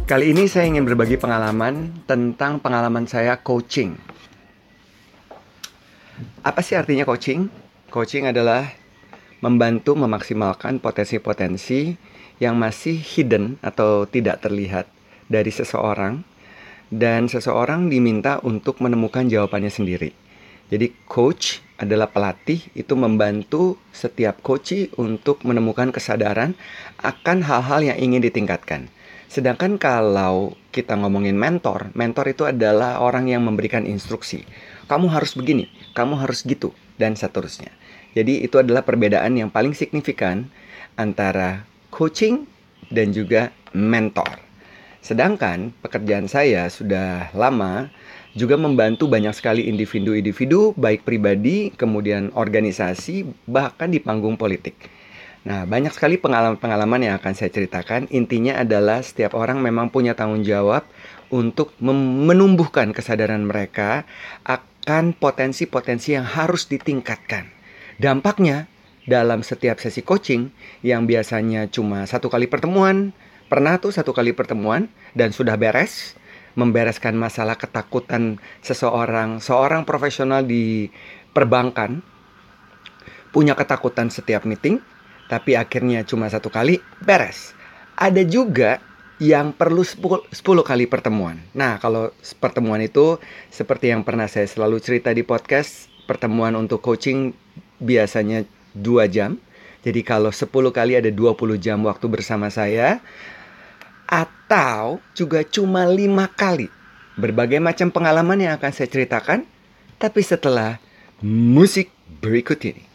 Kali ini saya ingin berbagi pengalaman tentang pengalaman saya coaching. Apa sih artinya coaching? Coaching adalah membantu memaksimalkan potensi-potensi yang masih hidden atau tidak terlihat dari seseorang, dan seseorang diminta untuk menemukan jawabannya sendiri. Jadi coach adalah pelatih, itu membantu setiap coach untuk menemukan kesadaran akan hal-hal yang ingin ditingkatkan. Sedangkan kalau kita ngomongin mentor itu adalah orang yang memberikan instruksi. Kamu harus begini, kamu harus gitu, dan seterusnya. Jadi itu adalah perbedaan yang paling signifikan antara coaching dan juga mentor. Sedangkan pekerjaan saya sudah lama juga membantu banyak sekali individu-individu, baik pribadi, kemudian organisasi, bahkan di panggung politik. Nah, banyak sekali pengalaman-pengalaman yang akan saya ceritakan. Intinya adalah setiap orang memang punya tanggung jawab untuk menumbuhkan kesadaran mereka akan potensi-potensi yang harus ditingkatkan. Dampaknya dalam setiap sesi coaching yang biasanya cuma 1 kali pertemuan, pernah tuh 1 kali pertemuan dan sudah beres, membereskan masalah ketakutan seorang profesional di perbankan, punya ketakutan setiap meeting, tapi akhirnya cuma 1 kali, beres. Ada juga yang perlu 10 kali pertemuan. Nah, kalau pertemuan itu seperti yang pernah saya selalu cerita di podcast, pertemuan untuk coaching biasanya 2 jam. Jadi kalau 10 kali ada 20 jam waktu bersama saya. Atau juga cuma 5 kali. Berbagai macam pengalaman yang akan saya ceritakan, tapi setelah musik berikut ini.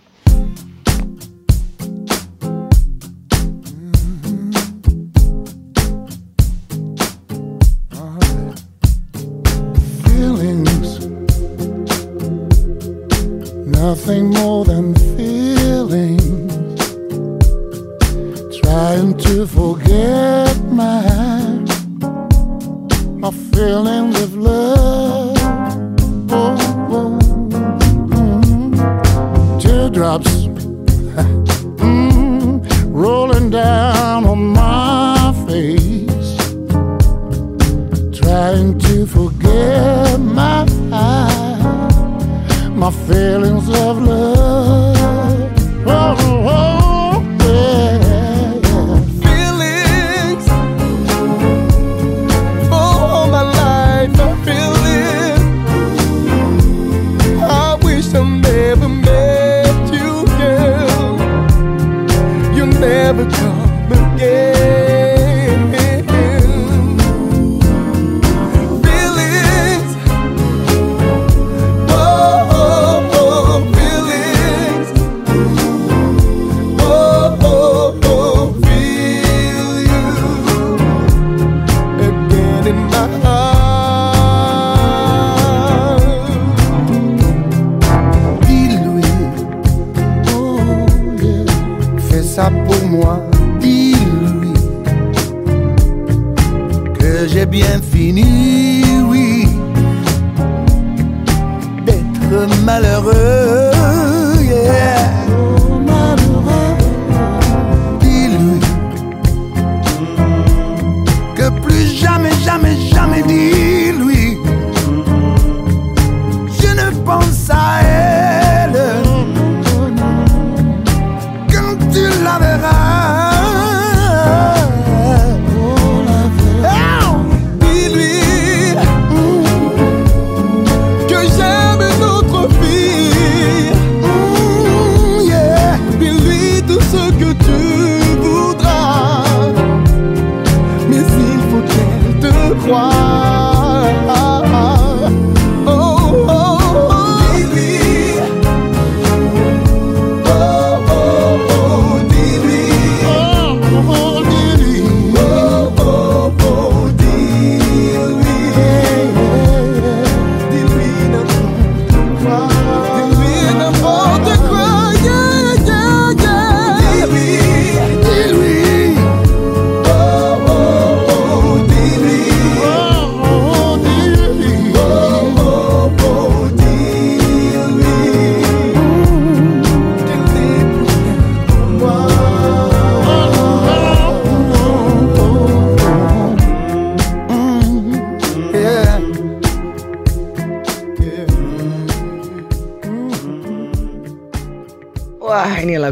Nothing more than feelings, trying to forget my feelings of love. Teardrops rolling down on my face, trying to forget my feelings of love. Yeah. Feelings for all my life. I feel it. I wish I never met you, girl. You'll never come again. Ça pour moi, dis-lui que j'ai bien fini, oui, d'être malheureux, yeah. Dis-lui que plus jamais, jamais, jamais, dis-lui, je ne pense à elle. Tu la verras. Dis-lui que j'aime notre fille. Yeah. Dis-lui tout ce que tu voudras. Mais il faut qu'elle te croie.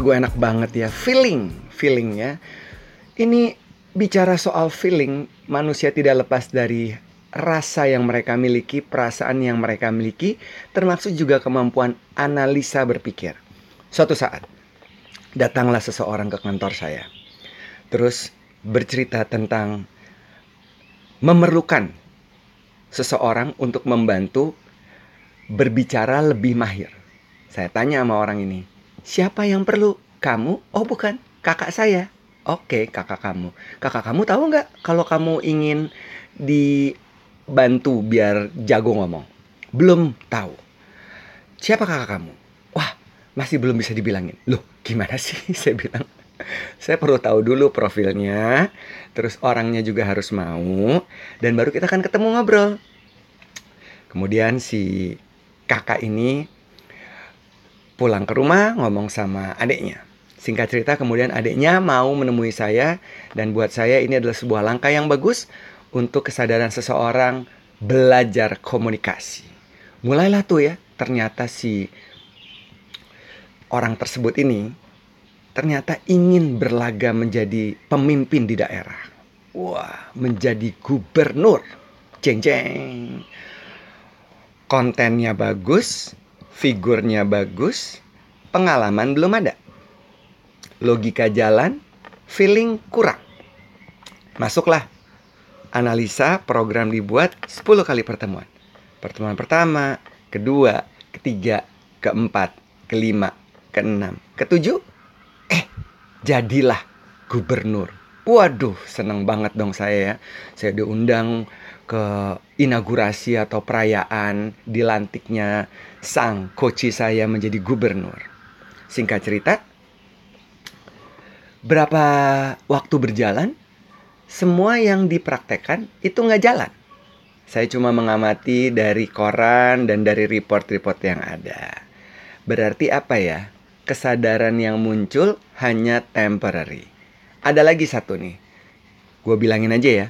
lagu enak banget ya. Feeling ya. Ini bicara soal feeling, manusia tidak lepas dari rasa yang mereka miliki, perasaan yang mereka miliki, termasuk juga kemampuan analisa berpikir. Suatu saat, datanglah seseorang ke kantor saya. Terus bercerita tentang memerlukan seseorang untuk membantu berbicara lebih mahir. Saya tanya sama orang ini, siapa yang perlu? Kamu? Oh bukan, kakak saya. Oke, kakak kamu. Kakak kamu tahu nggak kalau kamu ingin dibantu biar jago ngomong? Belum tahu. Siapa kakak kamu? Wah, masih belum bisa dibilangin. Loh, gimana sih? Saya bilang, saya perlu tahu dulu profilnya, terus orangnya juga harus mau, dan baru kita akan ketemu ngobrol. Kemudian si kakak ini pulang ke rumah ngomong sama adiknya. Singkat cerita, kemudian adiknya mau menemui saya, dan buat saya ini adalah sebuah langkah yang bagus untuk kesadaran seseorang belajar komunikasi. Mulailah tuh ya, ternyata si orang tersebut ini ternyata ingin berlaga menjadi pemimpin di daerah. Wah, menjadi gubernur. Jeng jeng. Kontennya bagus, figurnya bagus, pengalaman belum ada. Logika jalan, feeling kurang. Masuklah. Analisa program dibuat 10 kali pertemuan. Pertemuan pertama, kedua, ketiga, keempat, kelima, keenam, ketujuh. Jadilah gubernur. Waduh, seneng banget dong saya ya. Saya diundang ke inaugurasi atau perayaan dilantiknya sang coach saya menjadi gubernur. Singkat cerita, berapa waktu berjalan, semua yang dipraktekkan itu nggak jalan. Saya cuma mengamati dari koran dan dari report-report yang ada. Berarti apa ya? Kesadaran yang muncul hanya temporary. Ada lagi satu nih. Gue bilangin aja ya.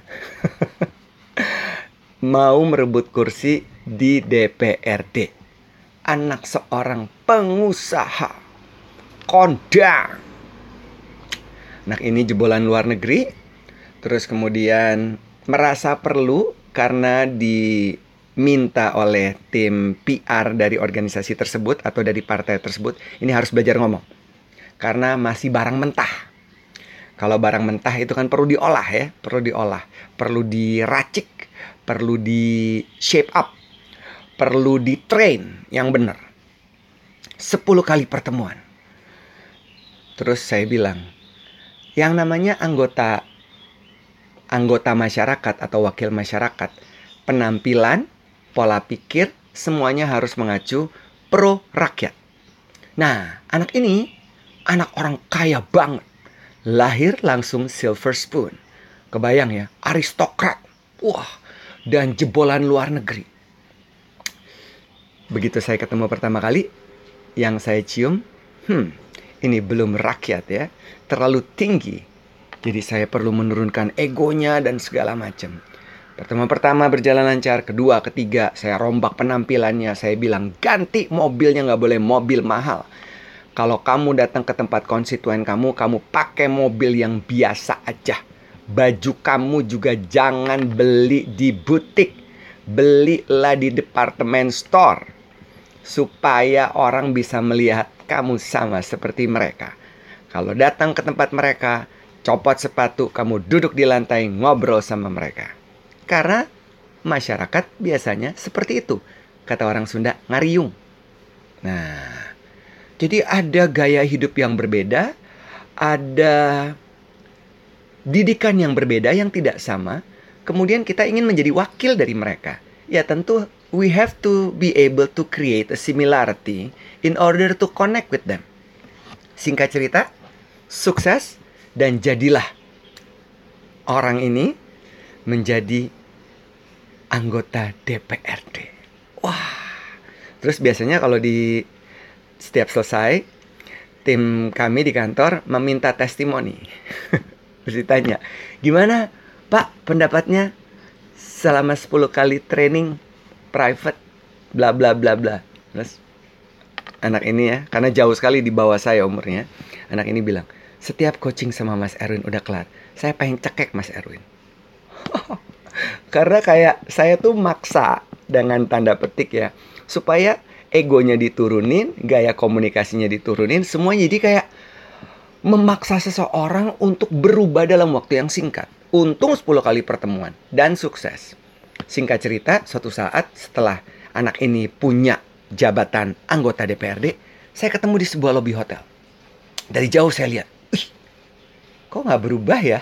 Mau merebut kursi di DPRD. Anak seorang pengusaha. Kondang. Anak ini jebolan luar negeri. Terus kemudian merasa perlu karena diminta oleh tim PR dari organisasi tersebut atau dari partai tersebut, ini harus belajar ngomong. Karena masih barang mentah. Kalau barang mentah itu kan perlu diolah ya, perlu diracik, perlu di shape up, perlu di train yang benar. 10 kali pertemuan. Terus saya bilang, yang namanya anggota masyarakat atau wakil masyarakat, penampilan, pola pikir, semuanya harus mengacu pro rakyat. Nah, anak ini, anak orang kaya banget. Lahir langsung silver spoon. Kebayang ya, aristokrat. Wah, dan jebolan luar negeri. Begitu saya ketemu pertama kali, yang saya cium, ini belum rakyat ya, terlalu tinggi. Jadi saya perlu menurunkan egonya dan segala macam. Pertemuan pertama berjalan lancar, kedua, ketiga, saya rombak penampilannya. Saya bilang, ganti mobilnya, nggak boleh mobil mahal. Kalau kamu datang ke tempat konstituen kamu pakai mobil yang biasa aja. Baju kamu juga jangan beli di butik. Belilah di department store. Supaya orang bisa melihat kamu sama seperti mereka. Kalau datang ke tempat mereka, copot sepatu, kamu duduk di lantai ngobrol sama mereka. Karena masyarakat biasanya seperti itu. Kata orang Sunda, ngariung. Nah, jadi ada gaya hidup yang berbeda, ada didikan yang berbeda yang tidak sama. Kemudian kita ingin menjadi wakil dari mereka. Ya tentu we have to be able to create a similarity in order to connect with them. Singkat cerita, sukses dan jadilah orang ini menjadi anggota DPRD. Wah. Terus biasanya kalau setiap selesai, tim kami di kantor meminta testimoni. Terus ditanya, gimana Pak pendapatnya selama 10 kali training private bla bla bla bla. Terus anak ini ya, karena jauh sekali di bawah saya umurnya. Anak ini bilang, setiap coaching sama Mas Erwin udah kelar, saya pengen cekek Mas Erwin. Karena kayak saya tuh maksa dengan tanda petik ya, supaya egonya diturunin, gaya komunikasinya diturunin, semuanya jadi kayak memaksa seseorang untuk berubah dalam waktu yang singkat. Untung 10 kali pertemuan dan sukses. Singkat cerita, suatu saat setelah anak ini punya jabatan anggota DPRD, saya ketemu di sebuah lobi hotel. Dari jauh saya lihat, kok nggak berubah ya?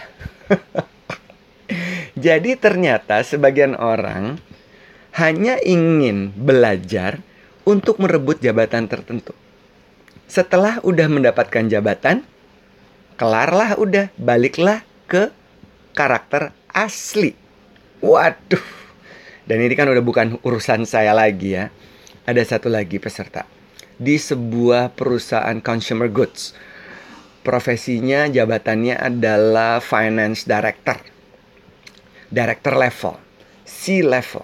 Jadi ternyata sebagian orang hanya ingin belajar untuk merebut jabatan tertentu. Setelah udah mendapatkan jabatan, kelarlah udah, baliklah ke karakter asli. Waduh. Dan ini kan udah bukan urusan saya lagi ya. Ada satu lagi peserta di sebuah perusahaan consumer goods. Profesinya, jabatannya adalah finance director. Director level, C level.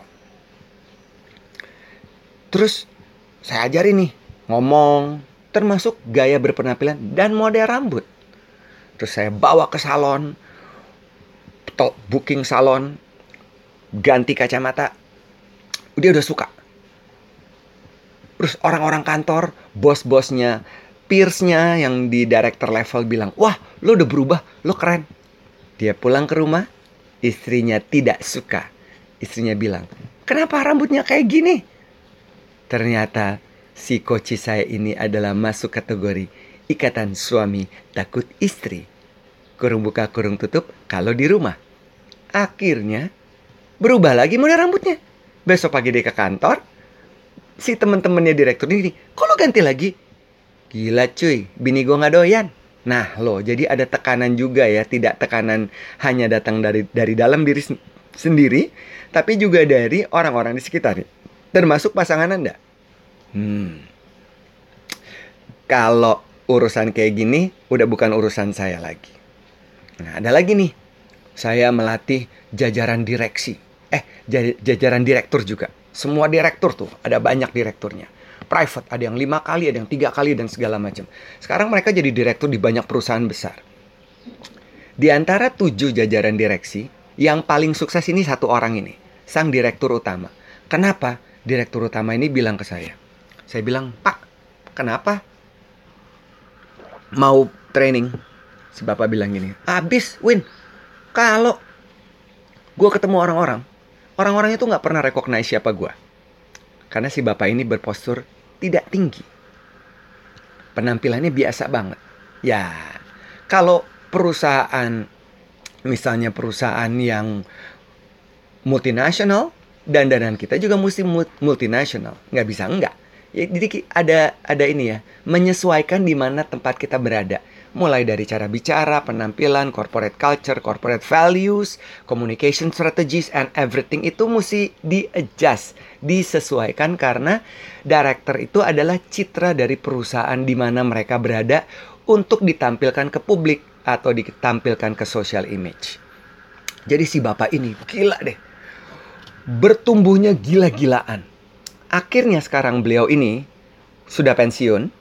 Terus saya ajarin nih ngomong, termasuk gaya berpenampilan dan model rambut. Terus saya bawa ke salon, booking salon, ganti kacamata. Dia udah suka. Terus orang-orang kantor, bos-bosnya, peers-nya yang di director level bilang, wah lo udah berubah, lo keren. Dia pulang ke rumah, istrinya tidak suka. Istrinya bilang, kenapa rambutnya kayak gini? Ternyata si coach saya ini adalah masuk kategori ikatan suami takut istri. Kurung buka kurung tutup kalau di rumah. Akhirnya berubah lagi model rambutnya. Besok pagi dia ke kantor, si temen-temennya direktur ini, kok lo ganti lagi? Gila cuy, bini gue gak doyan. Nah lo, jadi ada tekanan juga ya. Tidak tekanan hanya datang dari dalam diri sendiri, tapi juga dari orang-orang di sekitar. Termasuk pasangan Anda. Kalau urusan kayak gini, udah bukan urusan saya lagi. Nah ada lagi nih, saya melatih jajaran direksi. Jajaran direktur juga. Semua direktur tuh, ada banyak direkturnya. Private, ada yang 5 kali, ada yang 3 kali, dan segala macam. Sekarang mereka jadi direktur di banyak perusahaan besar. Di antara 7 jajaran direksi, yang paling sukses ini satu orang ini, sang direktur utama. Kenapa? Direktur utama ini bilang ke saya. Saya bilang, Pak, kenapa? Mau training? Si bapak bilang gini, abis Win, kalau gue ketemu orang-orang itu gak pernah recognize siapa gue. Karena si bapak ini berpostur tidak tinggi. Penampilannya biasa banget. Ya, kalau perusahaan, misalnya perusahaan yang multinasional, dandanan kita juga mesti multinasional. Nggak bisa enggak. Ya, jadi ada ini ya, menyesuaikan di mana tempat kita berada. Mulai dari cara bicara, penampilan, corporate culture, corporate values, communication strategies, and everything itu mesti di-adjust, disesuaikan karena director itu adalah citra dari perusahaan di mana mereka berada untuk ditampilkan ke publik atau ditampilkan ke social image. Jadi si bapak ini gila deh, bertumbuhnya gila-gilaan. Akhirnya sekarang beliau ini sudah pensiun.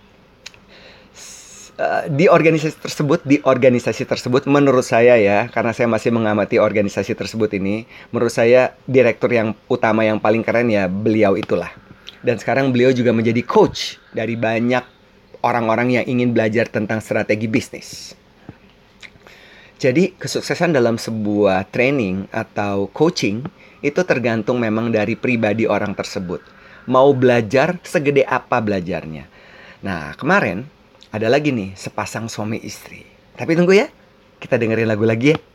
Di organisasi tersebut menurut saya ya, karena saya masih mengamati organisasi tersebut ini, menurut saya direktur yang utama yang paling keren ya beliau itulah. Dan sekarang beliau juga menjadi coach dari banyak orang-orang yang ingin belajar tentang strategi bisnis. Jadi kesuksesan dalam sebuah training atau coaching itu tergantung memang dari pribadi orang tersebut. Mau belajar segede apa belajarnya. Nah kemarin ada lagi nih sepasang suami istri. Tapi tunggu ya, kita dengerin lagu lagi ya.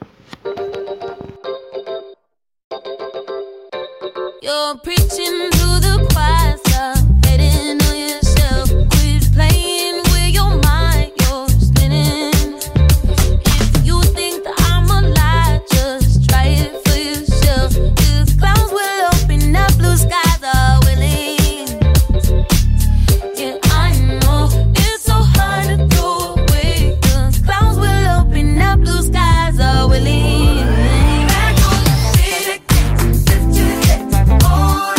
You're preaching to the choir, betting on yourself. Quit playing with your mind, you're spinning. If you think that I'm a lie, just try it for yourself. The clouds will open up, blue skies are willing. Yeah, I know it's so hard to throw away. The clouds will open up, blue skies are willing. Back on your feet again, lift your head, hold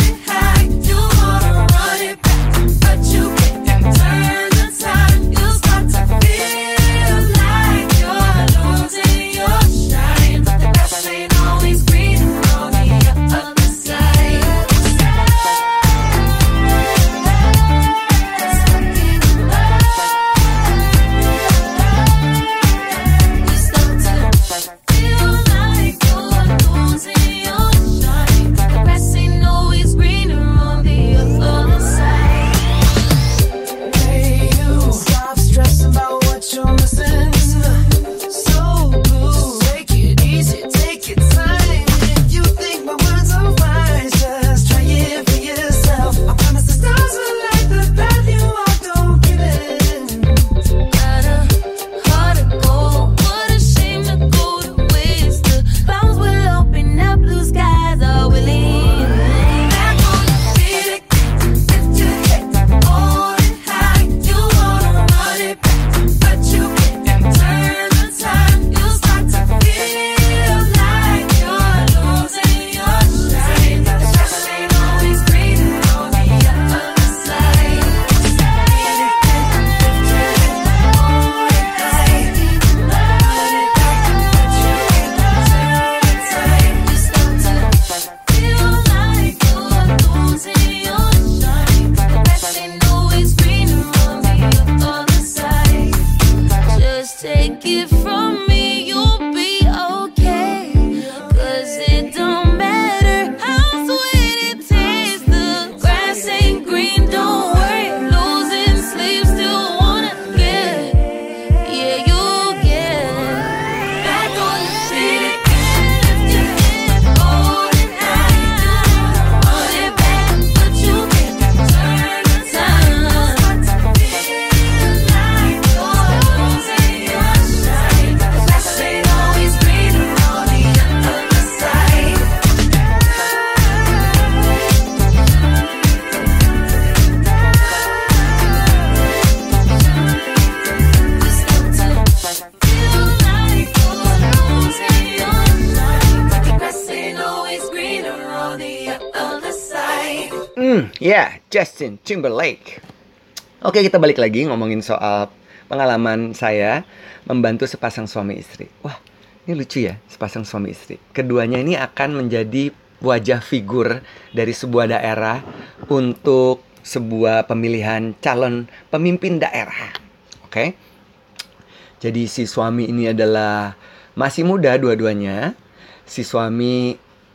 Justin Timberlake. Oke, kita balik lagi ngomongin soal pengalaman saya membantu sepasang suami istri. Wah, ini lucu ya, sepasang suami istri. Keduanya ini akan menjadi wajah figur dari sebuah daerah untuk sebuah pemilihan calon pemimpin daerah. Oke. Jadi si suami ini adalah masih muda dua-duanya. Si suami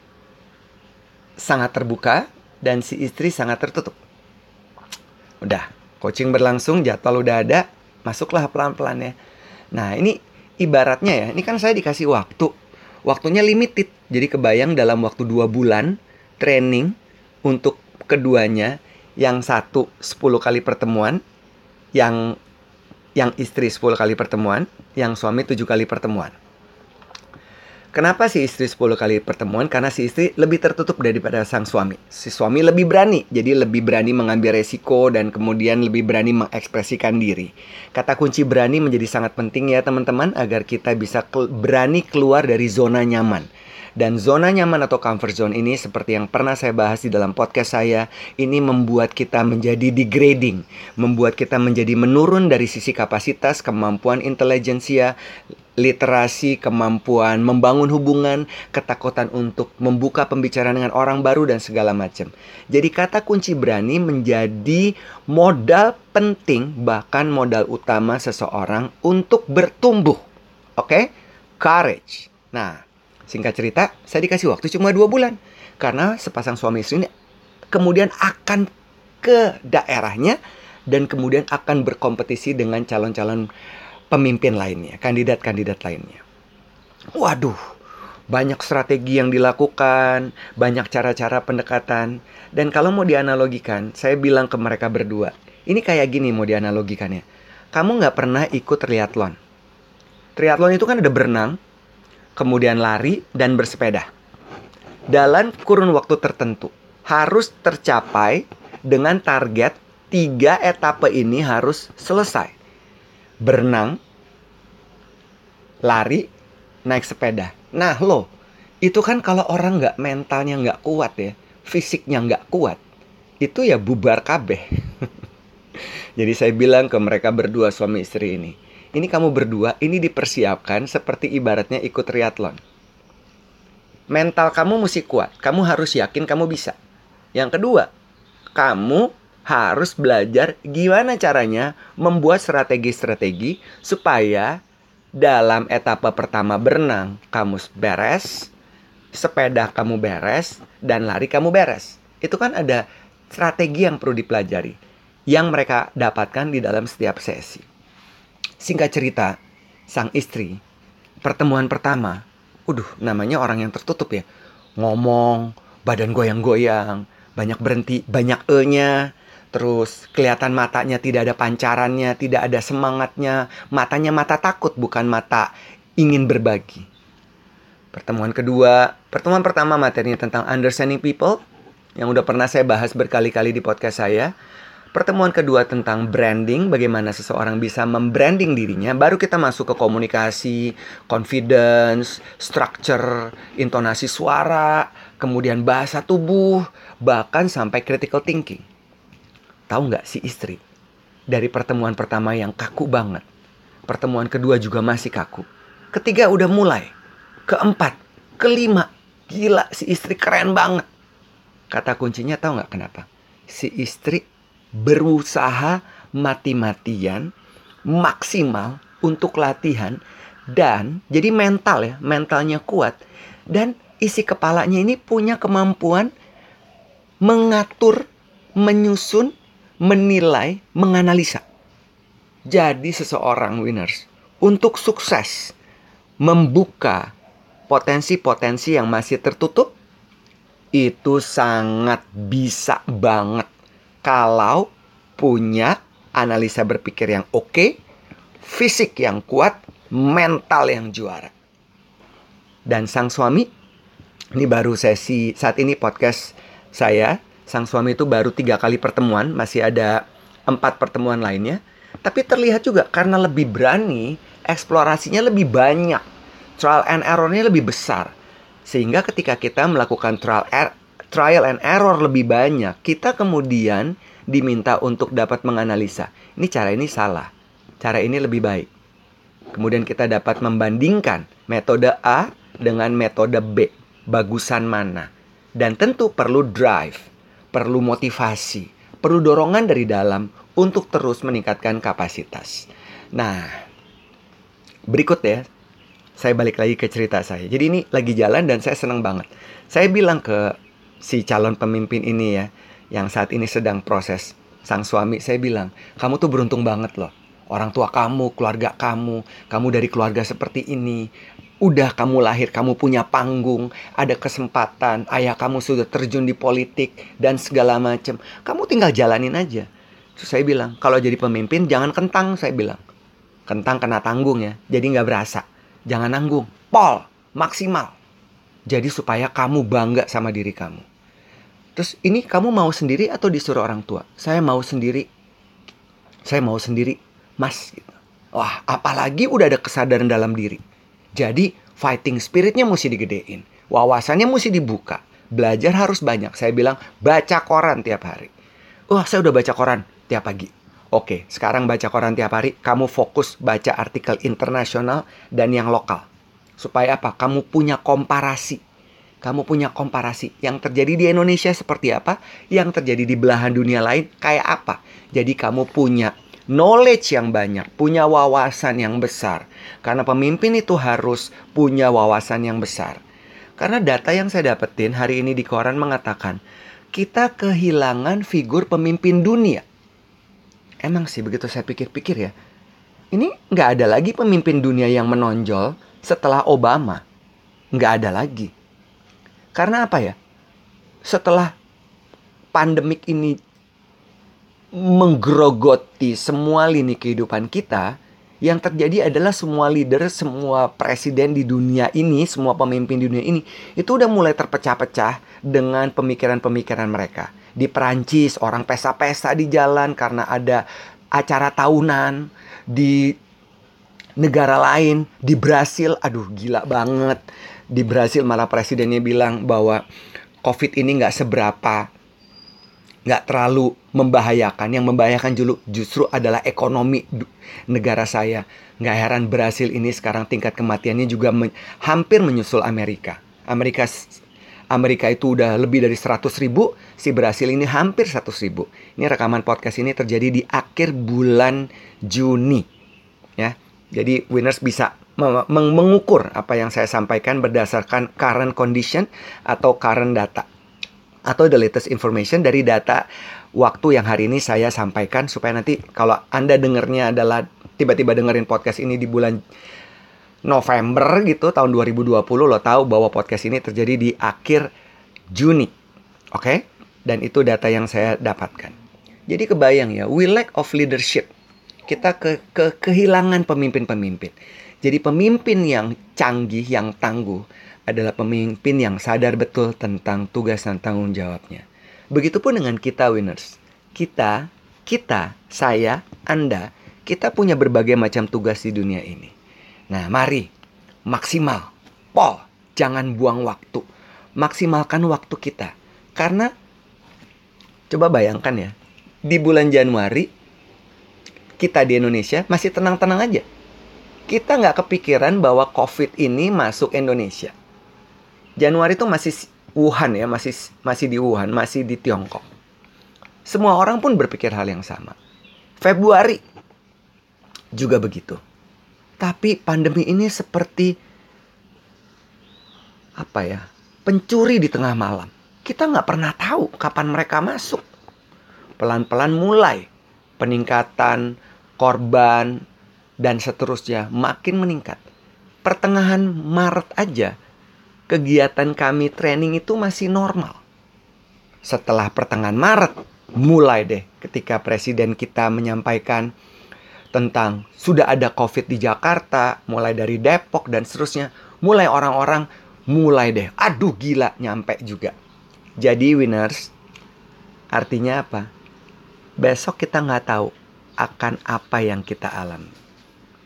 sangat terbuka dan si istri sangat tertutup. Udah, coaching berlangsung, jadwal udah ada, masuklah pelan-pelan ya. Nah, ini ibaratnya ya, ini kan saya dikasih waktu. Waktunya limited. Jadi kebayang dalam waktu 2 bulan training untuk keduanya, yang satu 10 kali pertemuan, yang istri 10 kali pertemuan, yang suami 7 kali pertemuan. Kenapa si istri 10 kali pertemuan? Karena si istri lebih tertutup daripada sang suami. Si suami lebih berani, jadi lebih berani mengambil resiko dan kemudian lebih berani mengekspresikan diri. Kata kunci berani menjadi sangat penting ya teman-teman, agar kita bisa berani keluar dari zona nyaman. Dan zona nyaman atau comfort zone ini seperti yang pernah saya bahas di dalam podcast saya, ini membuat kita menjadi degrading, membuat kita menjadi menurun dari sisi kapasitas, kemampuan intelijensia, literasi, kemampuan membangun hubungan, ketakutan untuk membuka pembicaraan dengan orang baru dan segala macam. Jadi kata kunci berani menjadi modal penting, bahkan modal utama seseorang untuk bertumbuh. Oke? Courage. Nah, singkat cerita, saya dikasih waktu cuma 2 bulan. Karena sepasang suami istri ini kemudian akan ke daerahnya dan kemudian akan berkompetisi dengan calon-calon pemimpin lainnya, kandidat-kandidat lainnya. Waduh, banyak strategi yang dilakukan, banyak cara-cara pendekatan. Dan kalau mau dianalogikan, saya bilang ke mereka berdua, ini kayak gini mau dianalogikannya. Kamu gak pernah ikut triathlon. Triathlon itu kan ada berenang, kemudian lari, dan bersepeda. Dalam kurun waktu tertentu, harus tercapai dengan target 3 etape ini harus selesai. Berenang, lari, naik sepeda. Nah loh, itu kan kalau orang mentalnya nggak kuat ya, fisiknya nggak kuat, itu ya bubar kabeh. Jadi saya bilang ke mereka berdua suami istri ini kamu berdua ini dipersiapkan seperti ibaratnya ikut triathlon. Mental kamu mesti kuat, kamu harus yakin kamu bisa. Yang kedua, kamu harus belajar gimana caranya membuat strategi-strategi supaya dalam etapa pertama berenang kamu beres, sepeda kamu beres, dan lari kamu beres. Itu kan ada strategi yang perlu dipelajari, yang mereka dapatkan di dalam setiap sesi. Singkat cerita, sang istri, pertemuan pertama, namanya orang yang tertutup ya. Ngomong, badan goyang-goyang, banyak berhenti, banyak e-nya. Terus kelihatan matanya tidak ada pancarannya, tidak ada semangatnya. Matanya mata takut, bukan mata ingin berbagi. Pertemuan kedua, pertemuan pertama materinya tentang understanding people, yang udah pernah saya bahas berkali-kali di podcast saya. Pertemuan kedua tentang branding, bagaimana seseorang bisa membranding dirinya. Baru kita masuk ke komunikasi, confidence, structure, intonasi suara, kemudian bahasa tubuh, bahkan sampai critical thinking. Tahu nggak si istri? Dari pertemuan pertama yang kaku banget, pertemuan kedua juga masih kaku, ketiga udah mulai, keempat, kelima, gila si istri keren banget. Kata kuncinya tahu nggak kenapa? Si istri berusaha mati-matian, maksimal untuk latihan, dan jadi mentalnya kuat, dan isi kepalanya ini punya kemampuan mengatur, menyusun, menilai, menganalisa. Jadi seseorang winners untuk sukses membuka potensi-potensi yang masih tertutup itu sangat bisa banget kalau punya analisa berpikir yang oke, fisik yang kuat, mental yang juara. Dan sang suami, ini baru sesi saat ini podcast saya. Sang suami itu baru 3 kali pertemuan, masih ada 4 pertemuan lainnya. Tapi terlihat juga karena lebih berani, eksplorasinya lebih banyak, trial and error-nya lebih besar. Sehingga ketika kita melakukan trial trial and error lebih banyak, kita kemudian diminta untuk dapat menganalisa. Ini cara ini salah, cara ini lebih baik. Kemudian kita dapat membandingkan metode A dengan metode B. Bagusan mana? Dan tentu perlu drive, perlu motivasi, perlu dorongan dari dalam untuk terus meningkatkan kapasitas. Nah, berikut ya, saya balik lagi ke cerita saya. Jadi ini lagi jalan dan saya senang banget. Saya bilang ke si calon pemimpin ini ya, yang saat ini sedang proses sang suami, saya bilang, kamu tuh beruntung banget loh. Orang tua kamu, keluarga kamu dari keluarga seperti ini. Udah kamu lahir, kamu punya panggung, ada kesempatan, ayah kamu sudah terjun di politik dan segala macam. Kamu tinggal jalanin aja. Terus saya bilang, kalau jadi pemimpin jangan kentang, saya bilang. Kentang kena tanggung ya, jadi nggak berasa. Jangan nanggung, pol, maksimal. Jadi supaya kamu bangga sama diri kamu. Terus ini kamu mau sendiri atau disuruh orang tua? Saya mau sendiri. Saya mau sendiri, mas. Gitu. Wah, apalagi udah ada kesadaran dalam diri. Jadi fighting spiritnya mesti digedein. Wawasannya mesti dibuka. Belajar harus banyak. Saya bilang baca koran tiap hari. Wah, saya udah baca koran tiap pagi. Oke, sekarang baca koran tiap hari, kamu fokus baca artikel internasional dan yang lokal. Supaya apa? Kamu punya komparasi. Kamu punya komparasi. Yang terjadi di Indonesia seperti apa? Yang terjadi di belahan dunia lain kayak apa? Jadi kamu punya knowledge yang banyak, punya wawasan yang besar. Karena pemimpin itu harus punya wawasan yang besar. Karena data yang saya dapetin hari ini di koran mengatakan, kita kehilangan figur pemimpin dunia. Emang sih begitu saya pikir-pikir ya. Ini nggak ada lagi pemimpin dunia yang menonjol setelah Obama. Nggak ada lagi. Karena apa ya? Setelah pandemik ini menggerogoti semua lini kehidupan kita, yang terjadi adalah semua leader, semua presiden di dunia ini, semua pemimpin di dunia ini, itu udah mulai terpecah-pecah dengan pemikiran-pemikiran mereka. Di Perancis, orang pesta-pesta di jalan karena ada acara tahunan. Di negara lain, di Brasil, aduh gila banget. Di Brasil malah presidennya bilang bahwa COVID ini nggak seberapa, nggak terlalu membahayakan. Yang membahayakan justru adalah ekonomi negara saya. Nggak heran Brasil ini sekarang tingkat kematiannya juga hampir menyusul Amerika. Amerika itu udah lebih dari 100.000, si Brasil ini hampir 100.000. Ini rekaman podcast ini terjadi di akhir bulan Juni. Ya, jadi winners bisa mengukur apa yang saya sampaikan berdasarkan current condition atau current data. Atau the latest information dari data waktu yang hari ini saya sampaikan. Supaya nanti kalau Anda dengernya adalah tiba-tiba dengerin podcast ini di bulan November gitu tahun 2020, lo tahu bahwa podcast ini terjadi di akhir Juni. Oke? Dan itu data yang saya dapatkan. Jadi kebayang ya, we lack of leadership. Kita kehilangan pemimpin-pemimpin. Jadi pemimpin yang canggih, yang tangguh adalah pemimpin yang sadar betul tentang tugas dan tanggung jawabnya. Begitupun dengan kita winners. Kita, saya, Anda, kita punya berbagai macam tugas di dunia ini. Nah, mari maksimal. Pol, jangan buang waktu. Maksimalkan waktu kita. Karena coba bayangkan ya, di bulan Januari kita di Indonesia masih tenang-tenang aja. Kita nggak kepikiran bahwa COVID ini masuk Indonesia. Januari itu masih Wuhan ya, masih di Wuhan, masih di Tiongkok. Semua orang pun berpikir hal yang sama. Februari juga begitu. Tapi pandemi ini seperti apa ya? Pencuri di tengah malam. Kita nggak pernah tahu kapan mereka masuk. Pelan-pelan mulai peningkatan korban dan seterusnya makin meningkat. Pertengahan Maret aja kegiatan kami training itu masih normal. Setelah pertengahan Maret mulai deh ketika presiden kita menyampaikan tentang sudah ada COVID di Jakarta, mulai dari Depok dan seterusnya, mulai orang-orang mulai deh, aduh gila, nyampe juga. Jadi winners, artinya apa? Besok kita nggak tahu akan apa yang kita alami.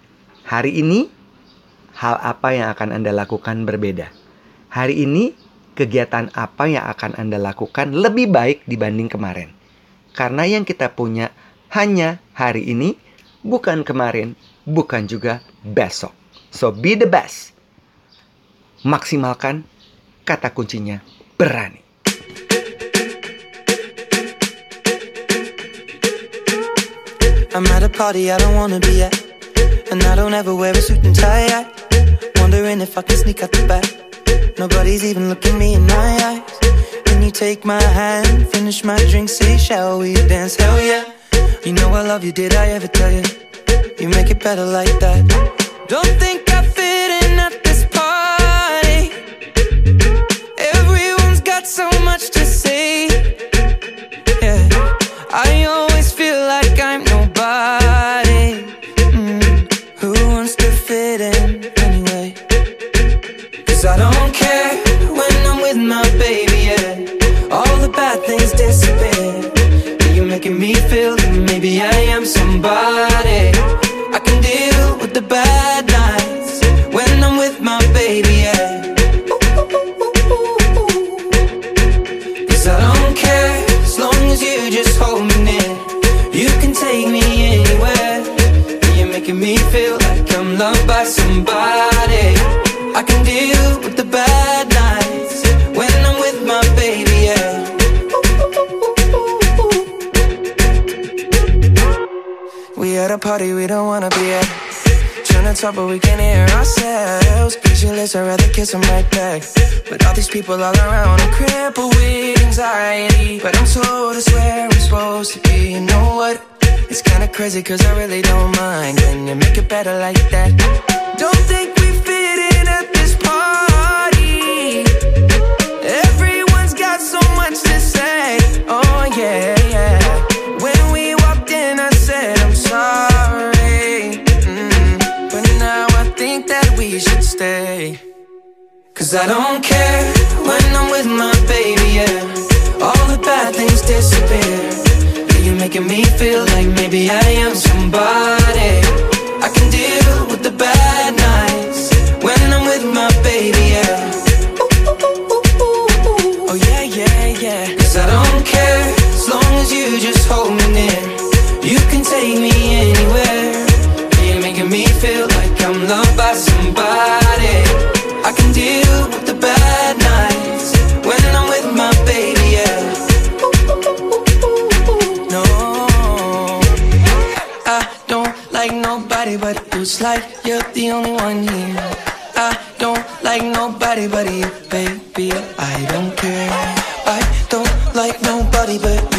Hari ini, hal apa yang akan Anda lakukan berbeda. Hari ini, kegiatan apa yang akan Anda lakukan lebih baik dibanding kemarin. Karena yang kita punya hanya hari ini, bukan kemarin, bukan juga besok. So be the best. Maksimalkan, kata kuncinya berani. I'm at a party I don't wanna be at, and I don't ever wear a suit and tie yet. Wondering if I can sneak out the back. Nobody's even looking me in my eyes. Can you take my hand, finish my drink, say shall we dance? Hell yeah. You know I love you, did I ever tell you? You make it better like that. Don't think I fit in at this party. Everyone's got so much to say. Yeah, I always feel like I'm nobody. Who wants to fit in anyway? 'Cause I don't care when I'm with my baby, yeah. All the bad things disappear. You're making me feel that maybe I am somebody. I can deal with the bad nights when I'm with my baby, yeah. 'Cause I don't care as long as you just hold me near. You can take me anywhere. You're making me feel like I'm loved by somebody. I can deal with the bad nights when I'm with my baby, yeah. We at a party we don't wanna be at. Trying to talk but we can't hear ourselves. Pictureless, I'd rather kiss them right back. But all these people all around, I'm crippled with anxiety. But I'm told it's where I'm supposed to be. You know what? It's kinda crazy 'cause I really don't mind. Can you make it better like that? Don't think we fit in at this party. Everyone's got so much to say. Oh yeah, yeah. When we walked in I said I'm sorry. But now I think that we should stay. 'Cause I don't care when I'm with my baby, yeah. All the bad things disappear. You're making me feel like maybe I am somebody. I can deal with the bad nights when I'm with my baby, yeah. Oh yeah, yeah, yeah. 'Cause I don't care as long as you just hold me near. You can take me anywhere. You're making me feel like I'm loved by somebody. I can deal with the bad nights when I'm with my baby, yeah. No, I don't like nobody but you. It's like you're the only one here. I don't like nobody but you, baby. I don't care. I don't like nobody but